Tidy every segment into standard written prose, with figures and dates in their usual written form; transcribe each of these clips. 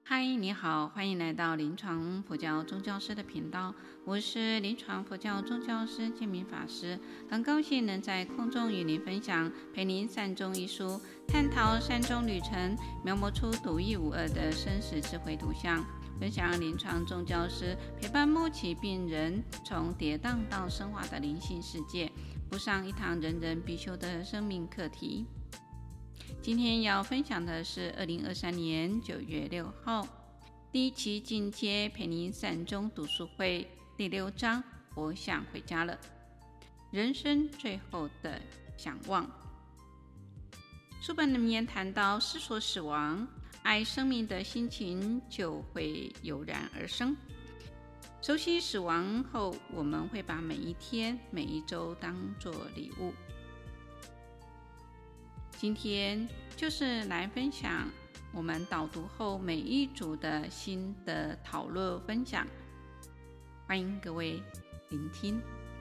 嗨，你好，欢迎来到临床佛教宗教师的频道，我是临床佛教宗教师建明法师，很高兴能在空中与您分享《陪您善终》一书，探讨善终旅程，描摹出独一无二的生死智慧图像，分享临床宗教师陪伴末期病人从跌宕到升华的灵性世界，补上一堂人人必修的生命课题。今天要分享的是2023年9月6号第一期进阶陪您善终读书会第6章，我想回家了，人生最后的想望。书本里面谈到思索死亡，爱生命的心情就会油然而生。熟悉死亡后，我们会把每一天每一周当作礼物。今天就是来分享我们导读后每一组的新的讨论分享，欢迎各位聆听。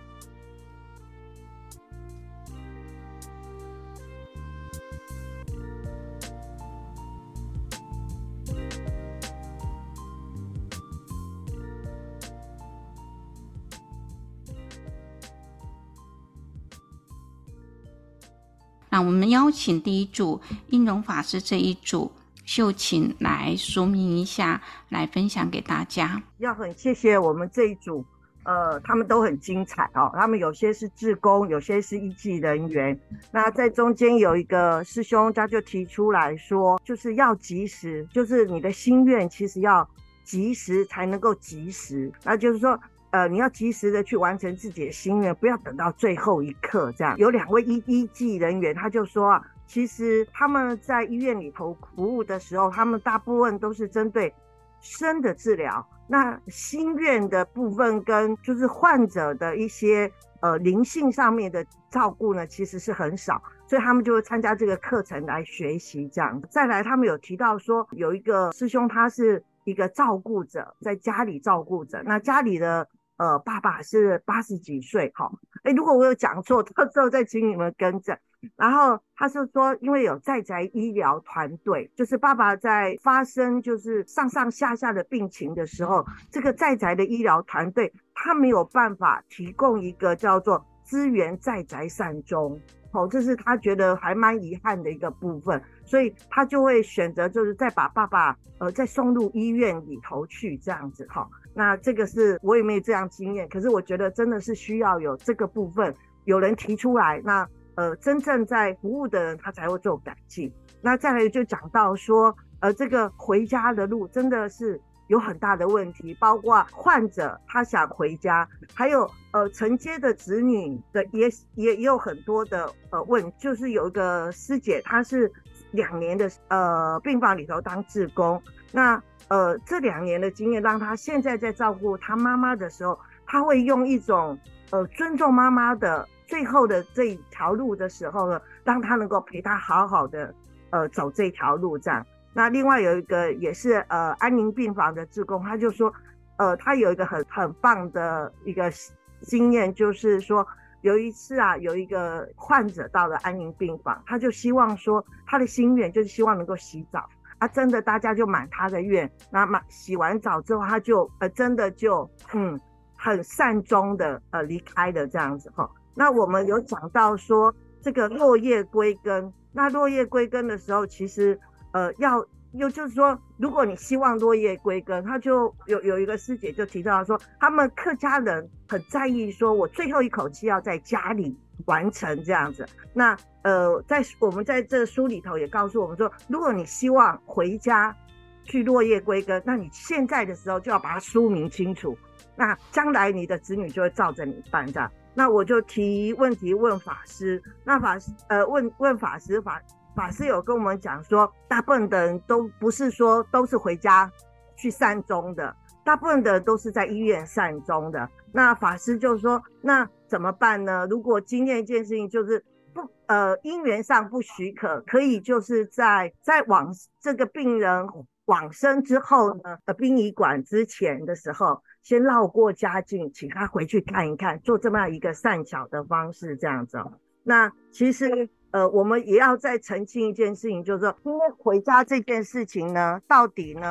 那我们邀请第一组应容法师这一组秀琴来说明一下，来分享给大家。 要很谢谢我们这一组，他们都很精彩哦。他们有些是志工，有些是医技人员。那在中间有一个师兄，他就提出来说，就是要及时，就是你的心愿其实要及时才能够及时。那就是说，你要及时的去完成自己的心愿，不要等到最后一刻这样。有2位医技人员，他就说啊，其实他们在医院里头服务的时候，他们大部分都是针对生的治疗，那心愿的部分跟就是患者的一些灵性上面的照顾呢，其实是很少，所以他们就会参加这个课程来学习这样。再来他们有提到说，有一个师兄他是一个照顾者，在家里照顾者，那家里的爸爸是80几岁，如果我有讲错，到时候再请你们更正。然后他就说，因为有在宅医疗团队，就是爸爸在发生就是上上下下的病情的时候，这个在宅的医疗团队他没有办法提供一个叫做资源在宅善终，这是他觉得还蛮遗憾的一个部分，所以他就会选择就是再把爸爸再送入医院里头去这样子。那这个是我也没有这样经验，可是我觉得真的是需要有这个部分有人提出来，那真正在服务的人他才会做改进。那再来就讲到说这个回家的路真的是有很大的问题，包括患者他想回家，还有承接的子女的也有很多的就是有一个师姐，她是2年的病房里头当志工，那这2年的经验让她现在在照顾她妈妈的时候，她会用一种尊重妈妈的最后的这一条路的时候呢，让她能够陪她好好的走这条路这样。那另外有一个也是安宁病房的志工，他就说他有一个很棒的一个经验，就是说有一次啊，有一个患者到了安宁病房，他就希望说他的心愿就是希望能够洗澡啊，真的大家就满他的愿，那洗完澡之后他就真的就很善终的离开了这样子。那我们有讲到说这个落叶归根，那落叶归根的时候，其实就是说，如果你希望落叶归根，他就有一个师姐就提到说，他们客家人很在意说，我最后一口气要在家里完成这样子。那我们在这书里头也告诉我们说，如果你希望回家去落叶归根，那你现在的时候就要把它说明清楚，那将来你的子女就会照着你办这样。那我就提问题问法师，那问法师法师有跟我们讲说，大部分的人都不是说都是回家去善终的，大部分的人都是在医院善终的。那法师就说，那怎么办呢？如果今天一件事情就是因缘上不许可，可以就是在这个病人往生之后呢，殡仪馆之前的时候，先绕过家境，请他回去看一看，做这么一个善巧的方式这样子。那其实我们也要再澄清一件事情，就是说因为回家这件事情呢，到底呢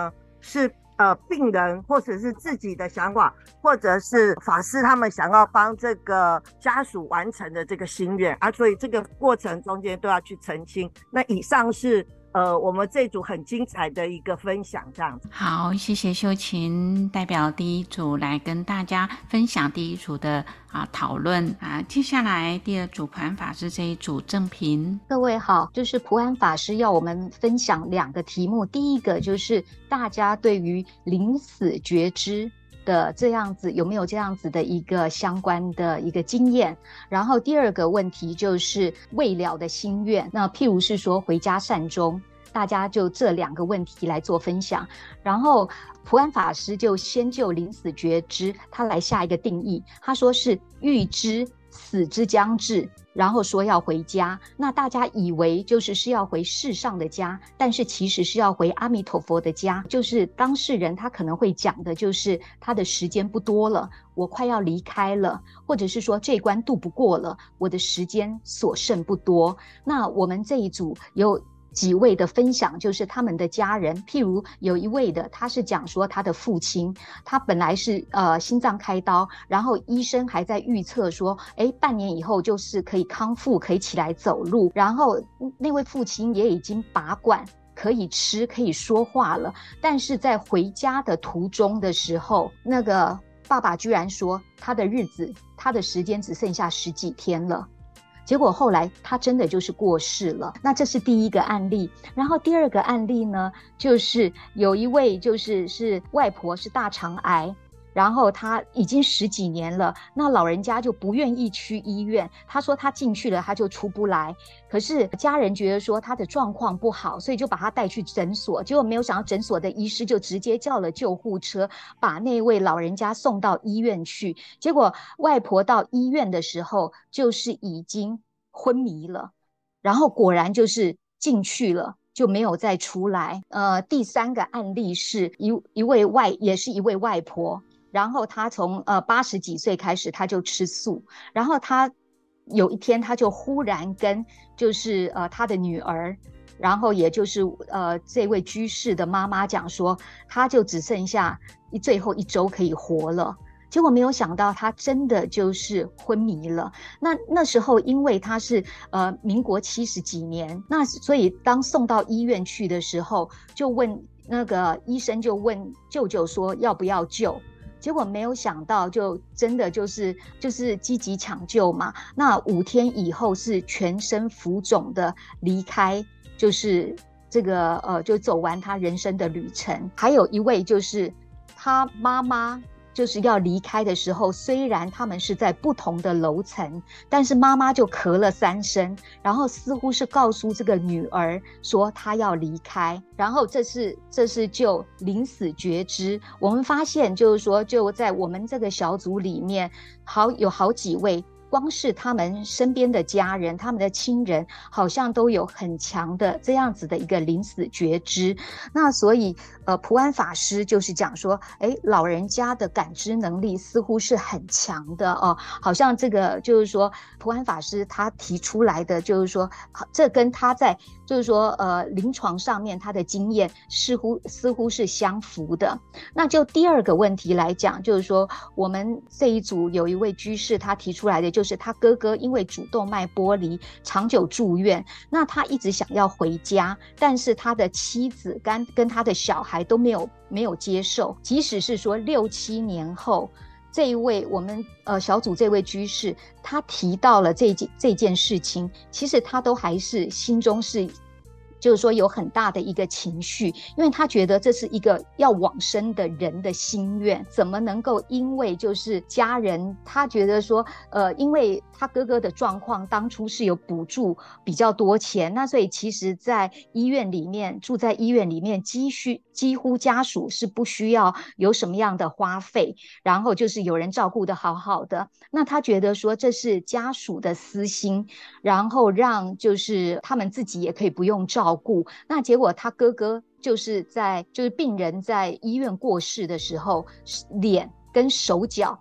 是病人或者是自己的想法，或者是法师他们想要帮这个家属完成的这个心愿啊，所以这个过程中间都要去澄清。那以上是我们这一组很精彩的一个分享，这样子。 好，谢谢秀琴代表第一组来跟大家分享第一组的讨论接下来第二组普安法师这一组正评。 各位好，就是普安法师要我们分享2个题目，第一个就是大家对于临死觉知的这样子有没有这样子的一个相关的一个经验，然后第二个问题就是未了的心愿，那譬如是说回家善终，大家就这2个问题来做分享。然后普安法师就先就临死觉知他来下一个定义，他说是预知死之将至，然后说要回家，那大家以为是要回世上的家，但是其实是要回阿弥陀佛的家，就是当事人他可能会讲的就是他的时间不多了，我快要离开了，或者是说这一关渡不过了，我的时间所剩不多。那我们这一组有几位的分享就是他们的家人，譬如有一位的他是讲说他的父亲，他本来是心脏开刀，然后医生还在预测说半年以后就是可以康复，可以起来走路，然后那位父亲也已经拔管可以吃可以说话了，但是在回家的途中的时候，那个爸爸居然说他的日子他的时间只剩下10几天了，结果后来他真的就是过世了。那这是第一个案例。然后第二个案例呢，就是有一位是外婆是大肠癌，然后他已经10几年了，那老人家就不愿意去医院，他说他进去了他就出不来，可是家人觉得说他的状况不好，所以就把他带去诊所，结果没有想到诊所的医师就直接叫了救护车把那位老人家送到医院去，结果外婆到医院的时候就是已经昏迷了，然后果然就是进去了就没有再出来。第3个案例是也是一位外婆，然后她从80几岁开始她就吃素，然后她有一天她就忽然跟她的女儿，然后也就是这位居士的妈妈讲说，她就只剩下最后1周可以活了。结果没有想到他真的就是昏迷了。那时候因为他是民国70几年，那所以当送到医院去的时候，就问那个医生就问舅舅说要不要救，结果没有想到就真的就是积极抢救嘛。那5天以后是全身浮肿的离开，就是这个就走完他人生的旅程。还有一位就是他妈妈就是要离开的时候，虽然他们是在不同的楼层，但是妈妈就咳了3声，然后似乎是告诉这个女儿说她要离开。然后这是就临死觉知。我们发现就是说就在我们这个小组里面有好几位，光是他们身边的家人他们的亲人好像都有很强的这样子的一个临死觉知。那所以普安法师就是讲说老人家的感知能力似乎是很强的好像这个就是说普安法师他提出来的就是说这跟他在就是说临床上面他的经验似乎是相符的。那就第2个问题来讲，就是说我们这一组有一位居士他提出来的就是他哥哥因为主动脉剥离长久住院，那他一直想要回家，但是他的妻子跟他的小孩都没有接受，即使是说6、7年后这一位我们小组这位居士他提到了这件事情，其实他都还是心中是就是说有很大的一个情绪，因为他觉得这是一个要往生的人的心愿，怎么能够因为就是家人他觉得说因为他哥哥的状况当初是有补助比较多钱，那所以其实在医院里面住在医院里面几乎家属是不需要有什么样的花费，然后就是有人照顾得好好的，那他觉得说这是家属的私心，然后让就是他们自己也可以不用照顾。那结果他哥哥就是病人在医院过世的时候，脸跟手脚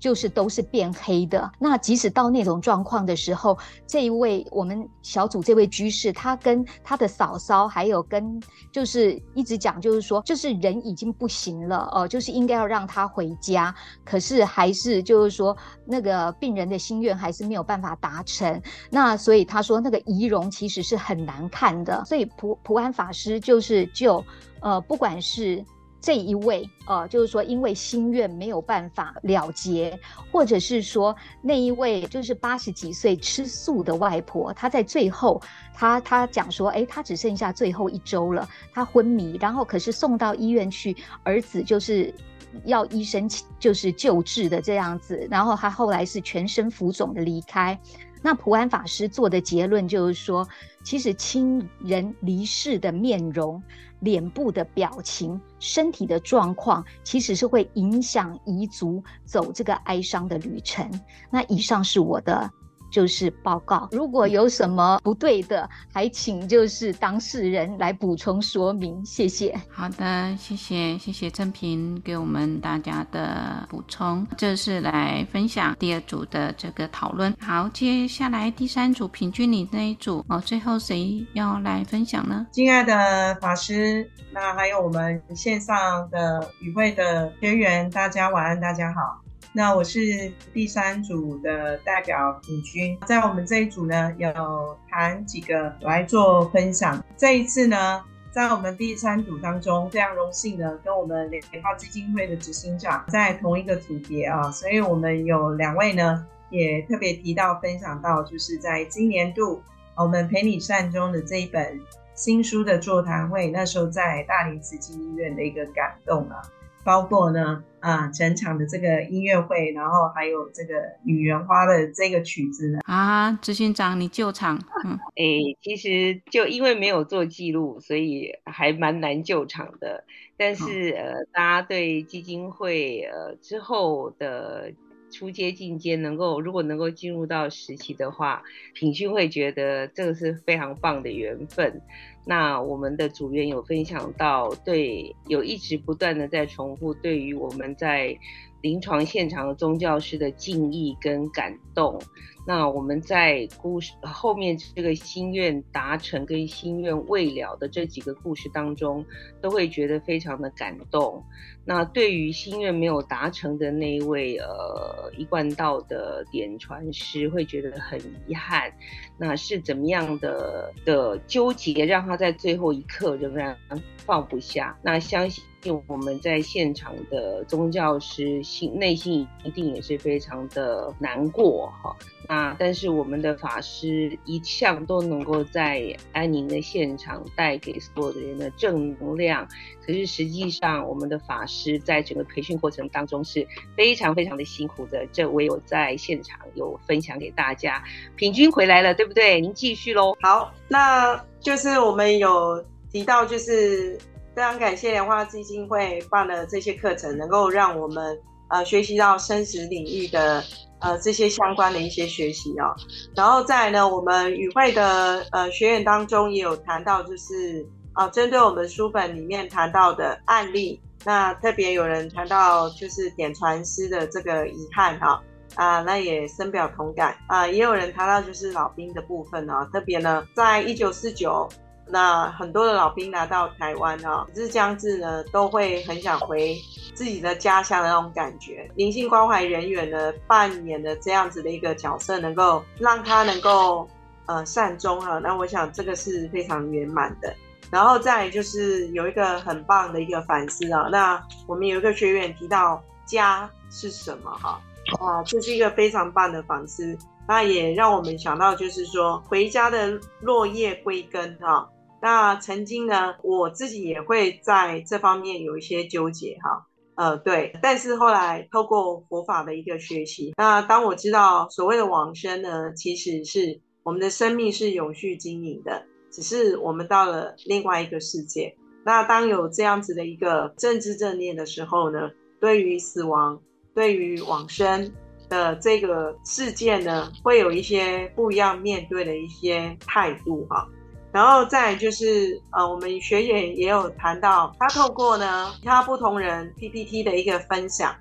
就是都是变黑的。那即使到那种状况的时候，这一位我们小组这位居士，他跟他的嫂嫂还有跟就是一直讲，就是说就是人已经不行了就是应该要让他回家，可是还是就是说那个病人的心愿还是没有办法达成。那所以他说那个仪容其实是很难看的，所以普安法师就是不管是这一位就是说因为心愿没有办法了结，或者是说那一位就是80几岁吃素的外婆，她在最后她讲说她只剩下最后1周了，她昏迷，然后可是送到医院去，儿子就是要医生就是救治的这样子，然后他后来是全身浮肿的离开。那普安法师做的结论就是说，其实亲人离世的面容、脸部的表情、身体的状况，其实是会影响遗族走这个哀伤的旅程。那以上是我的就是报告，如果有什么不对的，还请就是当事人来补充说明，谢谢。 好的，谢谢正平给我们大家的补充，这是来分享第2组的这个讨论。好，接下来第3组平均你那一组最后谁要来分享呢？ 敬爱的法师，那还有我们线上的与会的学员，大家晚安，大家好。那我是第3组的代表品君，在我们这一组呢有谈几个来做分享。这一次呢在我们第3组当中，非常荣幸的跟我们莲花基金会的执行长在同一个组别所以我们有2位呢也特别提到分享到，就是在今年度我们陪你善终的这一本新书的座谈会，那时候在大林慈济医院的一个感动包括呢整场的这个音乐会，然后还有这个女人花的这个曲子呢执行长你救场其实就因为没有做记录，所以还蛮难救场的。但是大家对基金会之后的初阶进阶如果能够进入到10期的话，品君会觉得这个是非常棒的缘分。那我们的组员有分享到，有一直不断的在重复对于我们在临床现场的宗教师的敬意跟感动。那我们在故事后面这个心愿达成跟心愿未了的这几个故事当中，都会觉得非常的感动。那对于心愿没有达成的那一位一贯道的点传师，会觉得很遗憾。那是怎么样的纠结，让他在最后一刻仍然放不下？那相信我们在现场的宗教师内心一定也是非常的难过但是我们的法师一向都能够在安宁的现场带给所有的人的正能量，可是实际上我们的法师在整个培训过程当中是非常非常的辛苦的，这我有在现场有分享给大家。品君回来了对不对？您继续咯。 好，那就是我们有提到，就是非常感谢莲花基金会办的这些课程，能够让我们学习到生死领域的这些相关的一些学习然后再来呢，我们与会的学员当中也有谈到，就是针对我们书本里面谈到的案例，那特别有人谈到就是点传师的这个遗憾那也深表同感也有人谈到就是老兵的部分特别呢在1949那很多的老兵来到台湾日将至呢都会很想回自己的家乡的那种感觉。灵性关怀人员呢扮演的这样子的一个角色，能够让他能够善终那我想这个是非常圆满的。然后再来就是有一个很棒的一个反思那我们有一个学员提到家是什么这是一个非常棒的反思。那也让我们想到就是说回家的落叶归根那曾经呢我自己也会在这方面有一些纠结对，但是后来透过佛法的一个学习，那当我知道所谓的往生呢，其实是我们的生命是永续经营的，只是我们到了另外一个世界。那当有这样子的一个正知正念的时候呢，对于死亡，对于往生的这个事件呢，会有一些不一样面对的一些态度然后再来就是我们学员也有谈到，他透过呢其他不同人 PPT 的一个分享，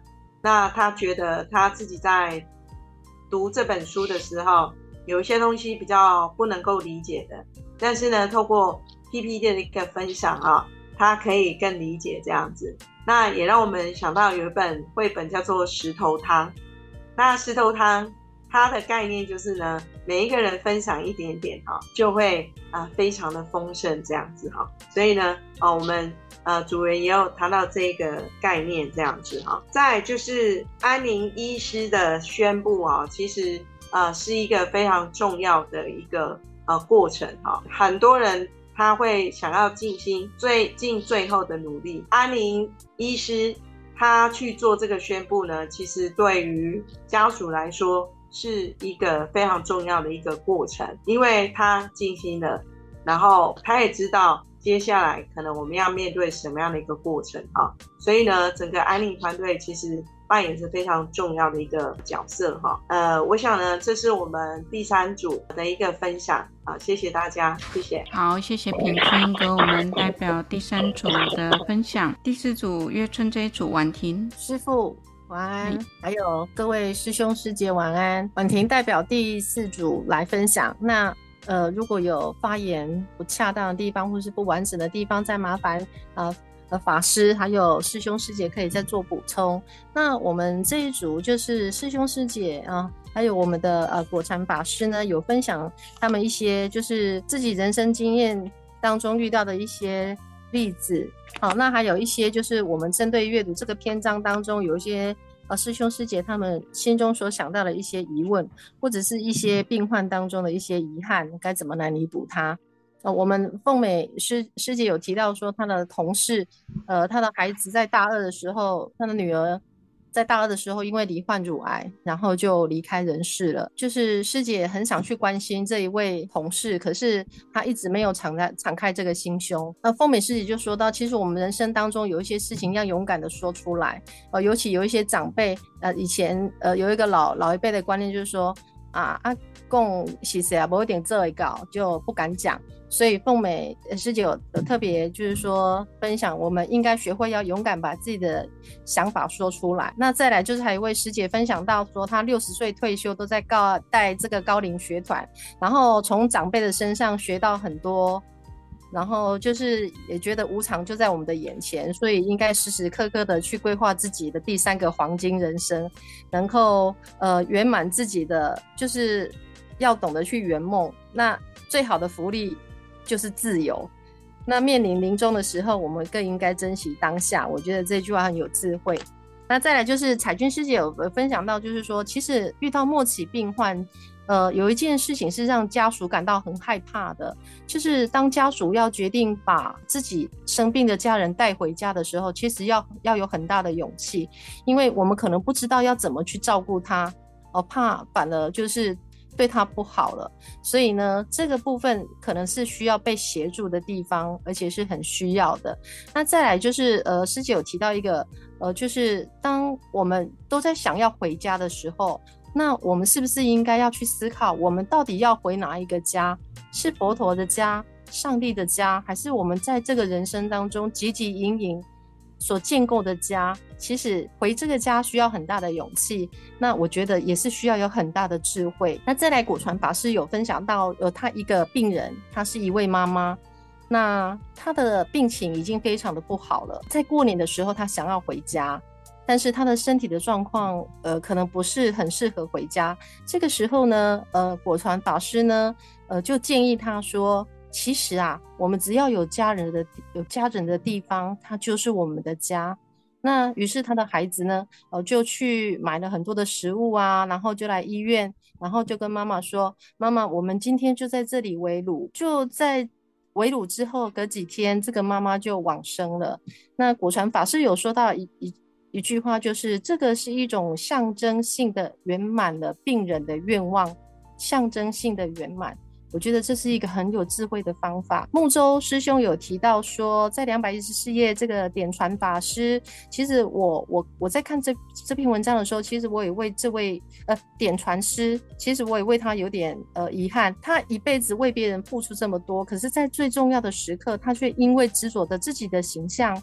那他觉得他自己在读这本书的时候，有一些东西比较不能够理解的，但是呢，透过 PPT 的一个分享啊，他可以更理解这样子。那也让我们想到有一本绘本叫做《石头汤》。那石头汤它的概念就是呢，每一个人分享一点点就会非常的丰盛这样子所以呢我们主人也有谈到这个概念这样子再来就是安宁医师的宣布其实是一个非常重要的一个过程很多人他会想要尽最后的努力。安宁医师他去做这个宣布呢，其实对于家属来说是一个非常重要的一个过程，因为他尽心了，然后他也知道接下来可能我们要面对什么样的一个过程所以呢，整个安宁团队其实扮演是非常重要的一个角色我想呢，这是我们第3组的一个分享谢谢大家，谢谢。 好，谢谢品君给我们代表第3组的分享。第4组月春这一组婉婷师父晚安，还有各位师兄师姐晚安。婉婷代表第4组来分享。那如果有发言不恰当的地方或是不完整的地方，再麻烦法师还有师兄师姐可以再做补充。那我们这一组就是师兄师姐还有我们的果禅法师呢，有分享他们一些就是自己人生经验当中遇到的一些例子。好，那还有一些就是我们针对阅读这个篇章当中有一些师兄师姐他们心中所想到的一些疑问，或者是一些病患当中的一些遗憾，该怎么来弥补它。我们凤美师姐有提到说，她的同事她的孩子在大2的时候，她的女儿在大2的时候因为罹患乳癌，然后就离开人世了。就是师姐很想去关心这一位同事，可是她一直没有敞开这个心胸。凤美师姐就说到，其实我们人生当中有一些事情要勇敢的说出来尤其有一些长辈以前有一个老一辈的观念，就是说讲是谁啊，不一定做会到，就不敢讲。所以凤美师姐有特别就是说分享，我们应该学会要勇敢把自己的想法说出来。那再来就是还有一位师姐分享到说，她60岁退休都在带这个高龄学团，然后从长辈的身上学到很多，然后就是也觉得无常就在我们的眼前，所以应该时时刻刻的去规划自己的第3个黄金人生，能够圆满自己的，就是要懂得去圆梦。那最好的福利就是自由。那面临临终的时候，我们更应该珍惜当下。我觉得这句话很有智慧。那再来就是彩君师姐有分享到，就是说其实遇到末期病患有一件事情是让家属感到很害怕的，就是当家属要决定把自己生病的家人带回家的时候，其实要有很大的勇气，因为我们可能不知道要怎么去照顾他怕反而就是对他不好了。所以呢，这个部分可能是需要被协助的地方，而且是很需要的。那再来就是师姐有提到一个就是当我们都在想要回家的时候，那我们是不是应该要去思考，我们到底要回哪一个家？是佛陀的家、上帝的家，还是我们在这个人生当中汲汲营营所建构的家？其实回这个家需要很大的勇气，那我觉得也是需要有很大的智慧。那再来果传法师有分享到他一个病人，他是一位妈妈，那他的病情已经非常的不好了，在过年的时候他想要回家，但是他的身体的状况可能不是很适合回家。这个时候呢果传法师呢就建议他说，其实我们只要有家人的地方，它就是我们的家。那于是他的孩子呢就去买了很多的食物然后就来医院，然后就跟妈妈说，妈妈我们今天就在这里围炉。就在围炉之后隔几天，这个妈妈就往生了。那果传法师有说到一句话，就是这个是一种象征性的圆满了病人的愿望，象征性的圆满。我觉得这是一个很有智慧的方法。木舟师兄有提到说，在214页这个点传法师，其实我在看这篇文章的时候，其实我也为这位点传师，其实我也为他有点遗憾。他一辈子为别人付出这么多，可是在最重要的时刻，他却因为执着的自己的形象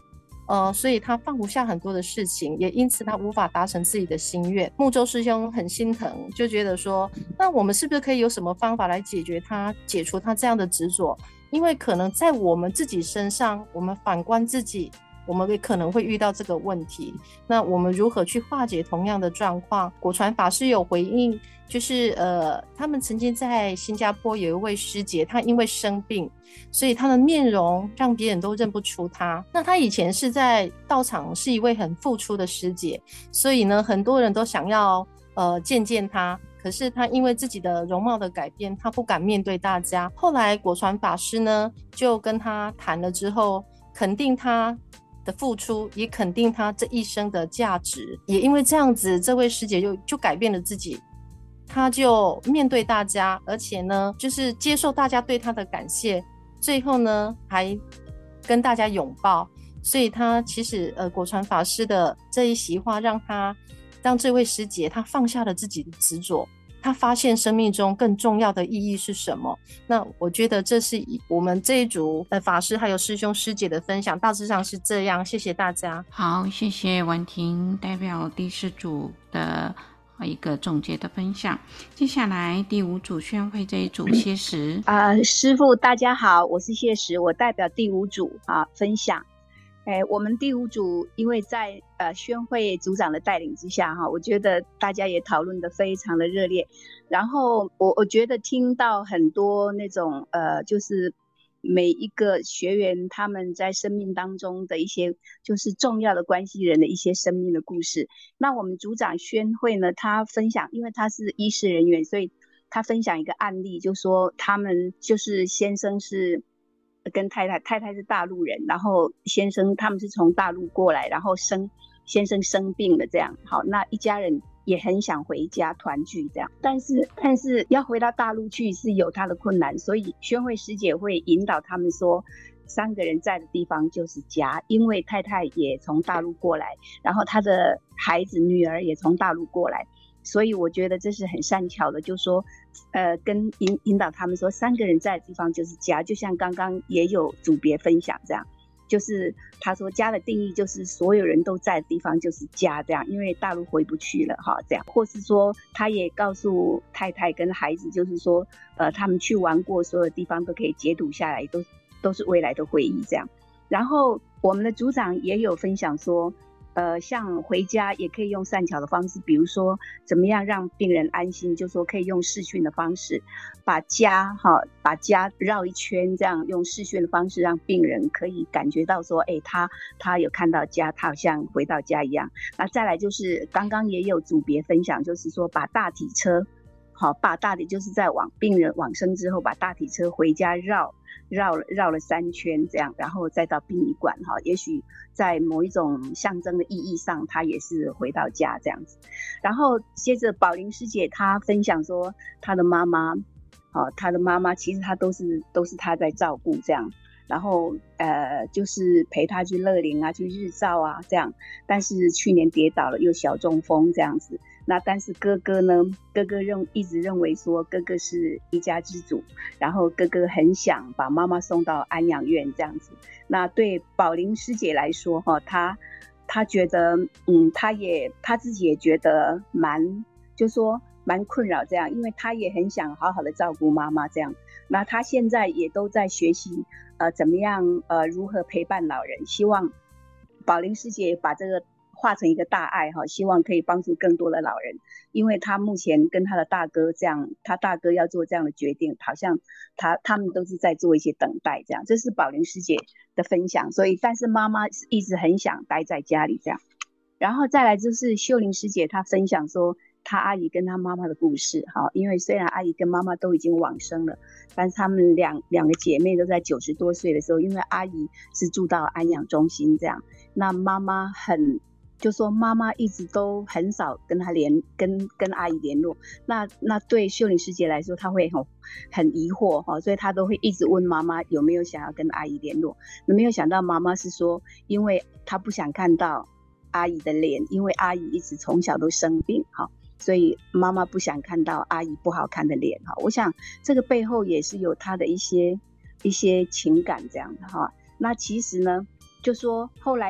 所以他放不下很多的事情，也因此他无法达成自己的心愿。木舟师兄很心疼，就觉得说，那我们是不是可以有什么方法来解除他这样的执着？因为可能在我们自己身上，我们反观自己，我们也可能会遇到这个问题。那我们如何去化解同样的状况？果传法师有回应，就是他们曾经在新加坡有一位师姐，她因为生病，所以她的面容让别人都认不出她。那她以前是在道场是一位很付出的师姐，所以呢，很多人都想要见见她。可是她因为自己的容貌的改变，她不敢面对大家。后来果传法师呢，就跟她谈了之后，肯定她的付出，也肯定她这一生的价值。也因为这样子，这位师姐就改变了自己。他就面对大家，而且呢，就是接受大家对他的感谢，最后呢，还跟大家拥抱。所以他其实果传法师的这一席话，让这位师姐她放下了自己的执着，她发现生命中更重要的意义是什么。那我觉得这是我们这一组法师还有师兄师姐的分享，大致上是这样。谢谢大家。 好，谢谢婉婷代表第4组的一个总结的分享。接下来第5组宣慧这一组谢石。 师父大家好，我是谢石，我代表第5组分享。我们第5组因为在宣慧组长的带领之下我觉得大家也讨论得非常的热烈。然后我觉得听到很多那种就是每一个学员他们在生命当中的一些就是重要的关系人的一些生命的故事。那我们组长宣慧呢，他分享，因为他是医师人员，所以他分享一个案例，就说他们就是先生是跟太太是大陆人，然后先生他们是从大陆过来，然后先生生病了这样。好，那一家人也很想回家团聚这样，但是要回到大陆去是有他的困难，所以宣慧师姐会引导他们说，3个人在的地方就是家，因为太太也从大陆过来，然后他的孩子女儿也从大陆过来，所以我觉得这是很善巧的，就说跟引导他们说3个人在的地方就是家，就像刚刚也有组别分享这样，就是他说家的定义就是所有人都在的地方就是家这样，因为大陆回不去了这样。或是说他也告诉太太跟孩子，就是说他们去玩过所有地方都可以截图下来，都是未来的回忆这样。然后我们的组长也有分享说像回家也可以用善巧的方式，比如说怎么样让病人安心，就说可以用视讯的方式把家绕一圈，这样用视讯的方式让病人可以感觉到说他有看到家，他好像回到家一样。那再来就是刚刚也有组别分享，就是说把大体车把大体就是在病人往生之后把大体车回家绕了3圈这样，然后再到殡仪馆也许在某一种象征的意义上他也是回到家这样子。然后接着宝玲师姐她分享说她的妈妈其实她都是她在照顾这样，然后就是陪她去乐龄去日照这样，但是去年跌倒了又小中风这样子。那但是哥哥呢，哥哥一直认为说哥哥是一家之主，然后哥哥很想把妈妈送到安养院这样子。那对宝玲师姐来说她觉得她自己也觉得就说蛮困扰这样，因为她也很想好好的照顾妈妈这样。那她现在也都在学习怎么样如何陪伴老人，希望宝玲师姐把这个化成一个大爱希望可以帮助更多的老人。因为他目前跟他的大哥这样，他大哥要做这样的决定，好像他们都是在做一些等待这样。这是宝玲师姐的分享。所以但是妈妈一直很想待在家里这样。然后再来就是秀玲师姐她分享说她阿姨跟她妈妈的故事因为虽然阿姨跟妈妈都已经往生了，但是她们两个姐妹都在90多岁的时候，因为阿姨是住到安养中心这样，那妈妈就说妈妈一直都很少跟阿姨联络。那对秀玲师姐来说，她会很疑惑所以她都会一直问妈妈有没有想要跟阿姨联络。那没有想到妈妈是说，因为她不想看到阿姨的脸，因为阿姨一直从小都生病所以妈妈不想看到阿姨不好看的脸我想这个背后也是有她的一些情感这样的那其实呢，就说后来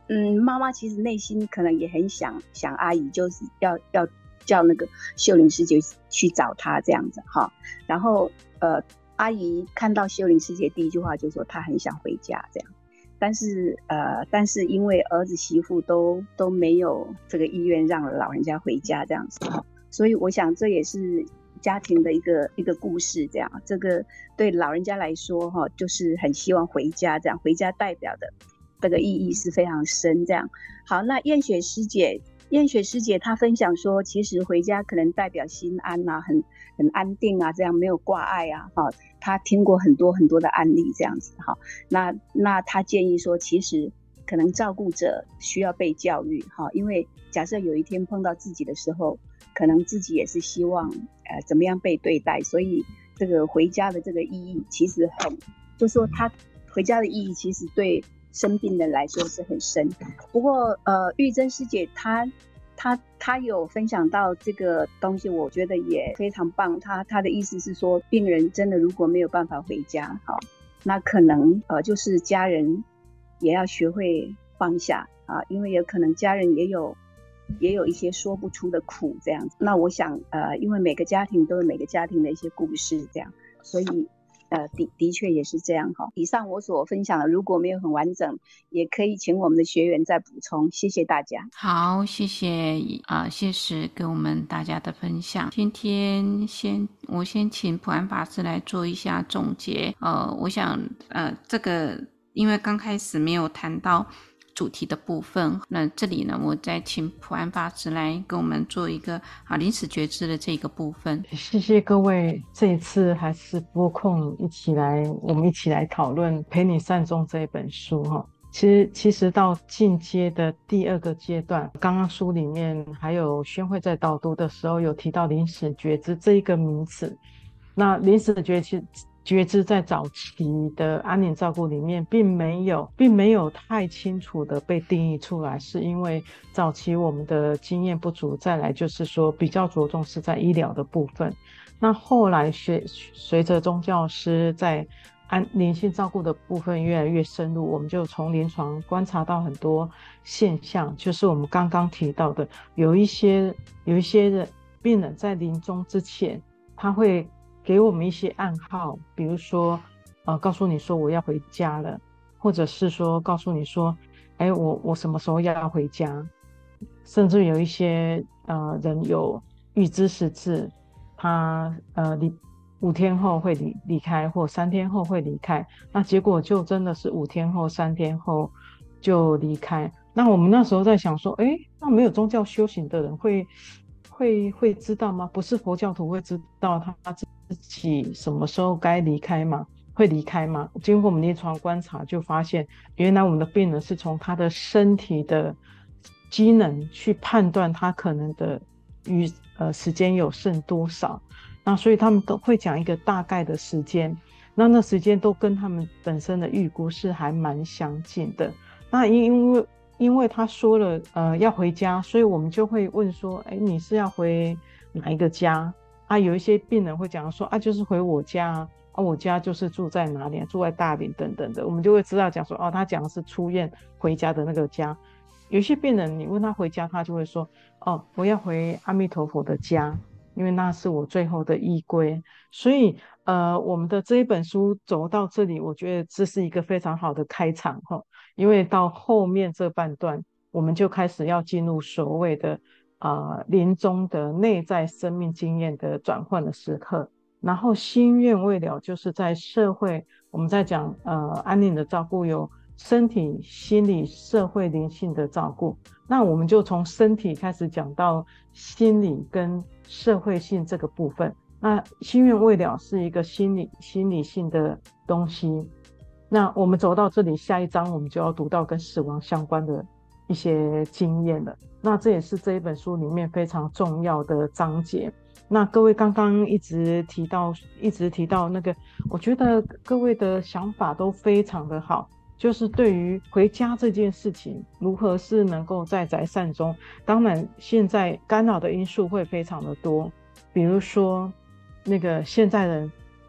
妈妈其实内心可能也很想阿姨，就是要叫那个秀玲师姐去找她这样子哈。然后阿姨看到秀玲师姐第一句话就说她很想回家这样，但是因为儿子媳妇都没有这个意愿让老人家回家这样子，所以我想这也是家庭的一个故事这样。这个对老人家来说哈，就是很希望回家这样，回家代表的这个意义是非常深这样。好，那燕雪师姐她分享说，其实回家可能代表心安啊，很安定啊，这样没有挂碍啊，哈，她听过很多很多的案例这样子哈。那她建议说，其实可能照顾者需要被教育哈，因为假设有一天碰到自己的时候，可能自己也是希望怎么样被对待，所以这个回家的这个意义其实就说她回家的意义其实对生病人来说是很深。不过玉珍师姐她有分享到这个东西，我觉得也非常棒。她的意思是说，病人真的如果没有办法回家，好，那可能就是家人也要学会放下啊，因为有可能家人也有一些说不出的苦这样子。那我想因为每个家庭都有每个家庭的一些故事这样，所以的确也是这样哈。以上我所分享的如果没有很完整，也可以请我们的学员再补充，谢谢大家。 好，谢谢谢师给我们大家的分享。今天我先请普安法师来做一下总结。我想这个因为刚开始没有谈到主题的部分，那这里呢，我再请普安法师来跟我们做一个临时觉知的这个部分。 谢谢各位，这一次还是拨空我们一起来讨论《陪你善终》这一本书哈。其实到进阶的第二个阶段，刚刚书里面还有宣慧在导读的时候有提到临时觉知这一个名词。那临时觉知在早期的安宁照顾里面并没有太清楚的被定义出来，是因为早期我们的经验不足，再来就是说比较着重是在医疗的部分。那后来随着宗教师在灵性照顾的部分越来越深入，我们就从临床观察到很多现象，就是我们刚刚提到的，有一些的病人在临终之前，他会给我们一些暗号，比如说告诉你说我要回家了，或者是说告诉你说我什么时候要回家，甚至有一些人有预知时至，他5天后会离开，或3天后会离开，那结果就真的是5天后3天后就离开。那我们那时候在想说那没有宗教修行的人会知道吗？不是佛教徒会知道他自己什么时候该离开吗？会离开吗？经过我们临床观察就发现，原来我们的病人是从他的身体的机能去判断他可能的时间有剩多少，那所以他们都会讲一个大概的时间，那时间都跟他们本身的预估是还蛮相近的。那因为他说了要回家，所以我们就会问说你是要回哪一个家有一些病人会讲说就是回我家我家就是住在哪里，住在大林等等的，我们就会知道讲说他讲的是出院回家的那个家。有一些病人你问他回家，他就会说我要回阿弥陀佛的家，因为那是我最后的依归。所以我们的这一本书走到这里，我觉得这是一个非常好的开场因为到后面这半段我们就开始要进入所谓的临终的内在生命经验的转换的时刻。然后心愿未了，就是在社会我们在讲安宁的照顾，有身体、心理、社会、灵性的照顾。那我们就从身体开始讲到心理跟社会性这个部分。那心愿未了是一个心理性的东西。那我们走到这里，下一章我们就要读到跟死亡相关的一些经验了。那这也是这一本书里面非常重要的章节。那各位刚刚一直提到那个，我觉得各位的想法都非常的好，就是对于回家这件事情，如何是能够在宅善终。当然现在干扰的因素会非常的多，比如说那个现在人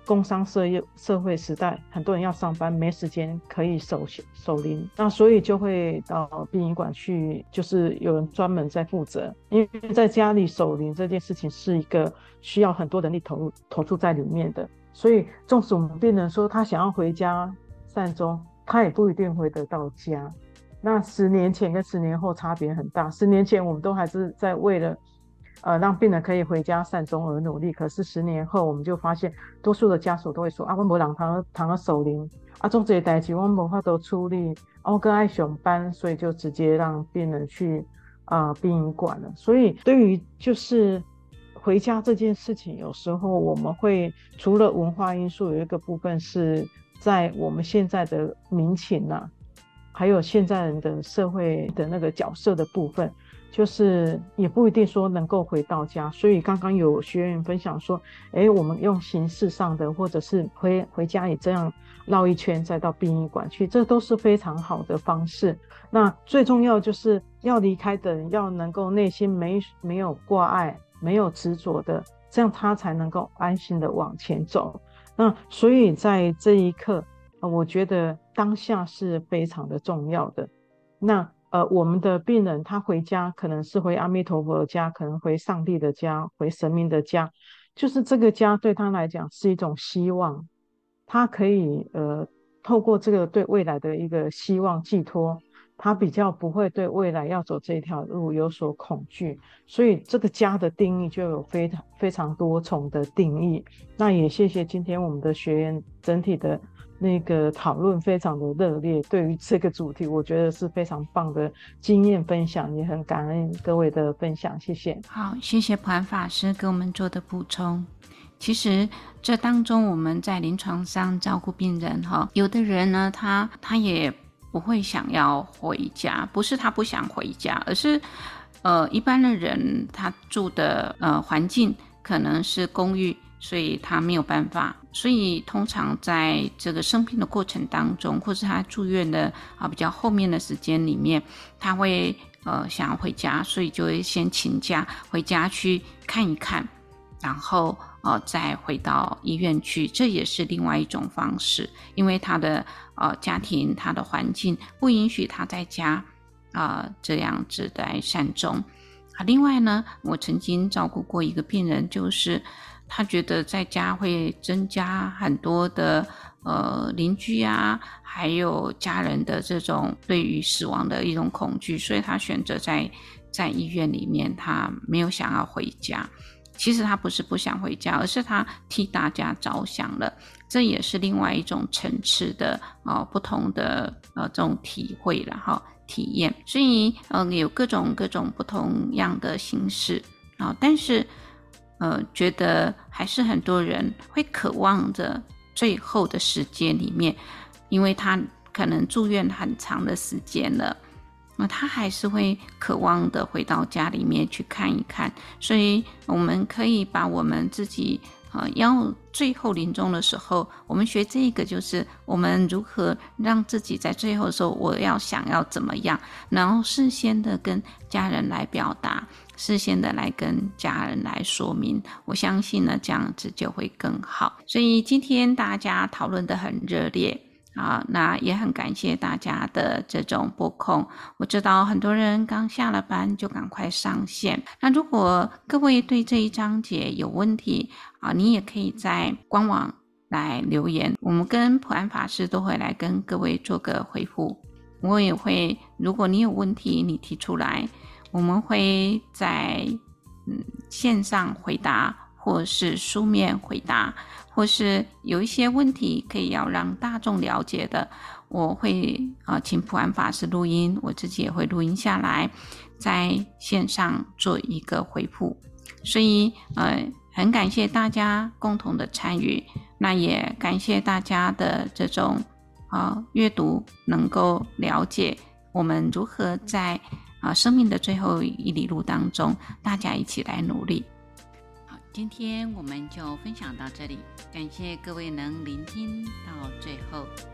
工商社会时代，很多人要上班没时间可以守灵，那所以就会到殡仪馆去，就是有人专门在负责。因为在家里守灵这件事情是一个需要很多人力投注在里面的，所以纵使我们病人说他想要回家善终，他也不一定回得到家。那10年前跟10年后差别很大，10年前我们都还是在为了让病人可以回家善终而努力，可是10年后我们就发现多数的家属都会说我没人通守灵做这些事情我没法度处理我更爱上班，所以就直接让病人去殡仪馆了。所以对于就是回家这件事情，有时候我们会除了文化因素，有一个部分是在我们现在的民情还有现在人的社会的那个角色的部分，就是也不一定说能够回到家。所以刚刚有学员分享说我们用形式上的或者是回家也这样绕一圈再到殡仪馆去，这都是非常好的方式。那最重要就是要离开的人要能够内心没有挂碍，没有执着的，这样他才能够安心的往前走。那所以在这一刻我觉得当下是非常的重要的。那我们的病人他回家可能是回阿弥陀佛的家，可能回上帝的家，回神明的家，就是这个家对他来讲是一种希望，他可以透过这个对未来的一个希望寄托，他比较不会对未来要走这条路有所恐惧。所以这个家的定义就有非常多重的定义。那也谢谢今天我们的学员整体的那个讨论非常的热烈，对于这个主题我觉得是非常棒的经验分享，也很感恩各位的分享，谢谢。 好，谢谢普安法师给我们做的补充。其实这当中我们在临床上照顾病人有的人呢他也不会想要回家，不是他不想回家，而是一般的人他住的环境可能是公寓，所以他没有办法，所以通常在这个生病的过程当中，或是他住院的比较后面的时间里面，他会想要回家，所以就会先请假回家去看一看，然后再回到医院去，这也是另外一种方式，因为他的家庭他的环境不允许他在家这样子来善终。另外呢，我曾经照顾过一个病人，就是他觉得在家会增加很多的邻居还有家人的这种对于死亡的一种恐惧，所以他选择在医院里面，他没有想要回家。其实他不是不想回家，而是他替大家着想了，这也是另外一种层次的不同的这种体会了体验。所以有各种不同样的形式但是觉得还是很多人会渴望着最后的时间里面，因为他可能住院很长的时间了，他还是会渴望的回到家里面去看一看。所以我们可以把我们自己要最后临终的时候，我们学这个就是我们如何让自己在最后的时候我想要怎么样，然后事先的跟家人来表达，事先的来跟家人来说明，我相信呢这样子就会更好。所以今天大家讨论得很热烈那也很感谢大家的这种拨空，我知道很多人刚下了班就赶快上线。那如果各位对这一章节有问题你也可以在官网来留言，我们跟普安法师都会来跟各位做个回复。我也会，如果你有问题你提出来，我们会在线上回答，或是书面回答，或是有一些问题可以要让大众了解的，我会请普安法师录音，我自己也会录音下来，在线上做一个回复。所以很感谢大家共同的参与，那也感谢大家的这种阅读，能够了解我们如何在生命的最后一里路当中大家一起来努力。好，今天我们就分享到这里，感谢各位能聆听到最后。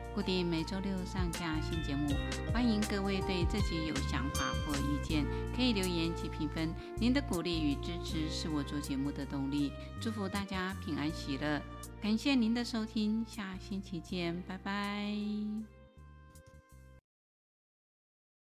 固定每周六上架新节目。欢迎各位对这集有想法或意见，可以留言及评分。您的鼓励与支持是我做节目的动力。祝福大家平安喜乐，感谢您的收听，下星期见，拜拜。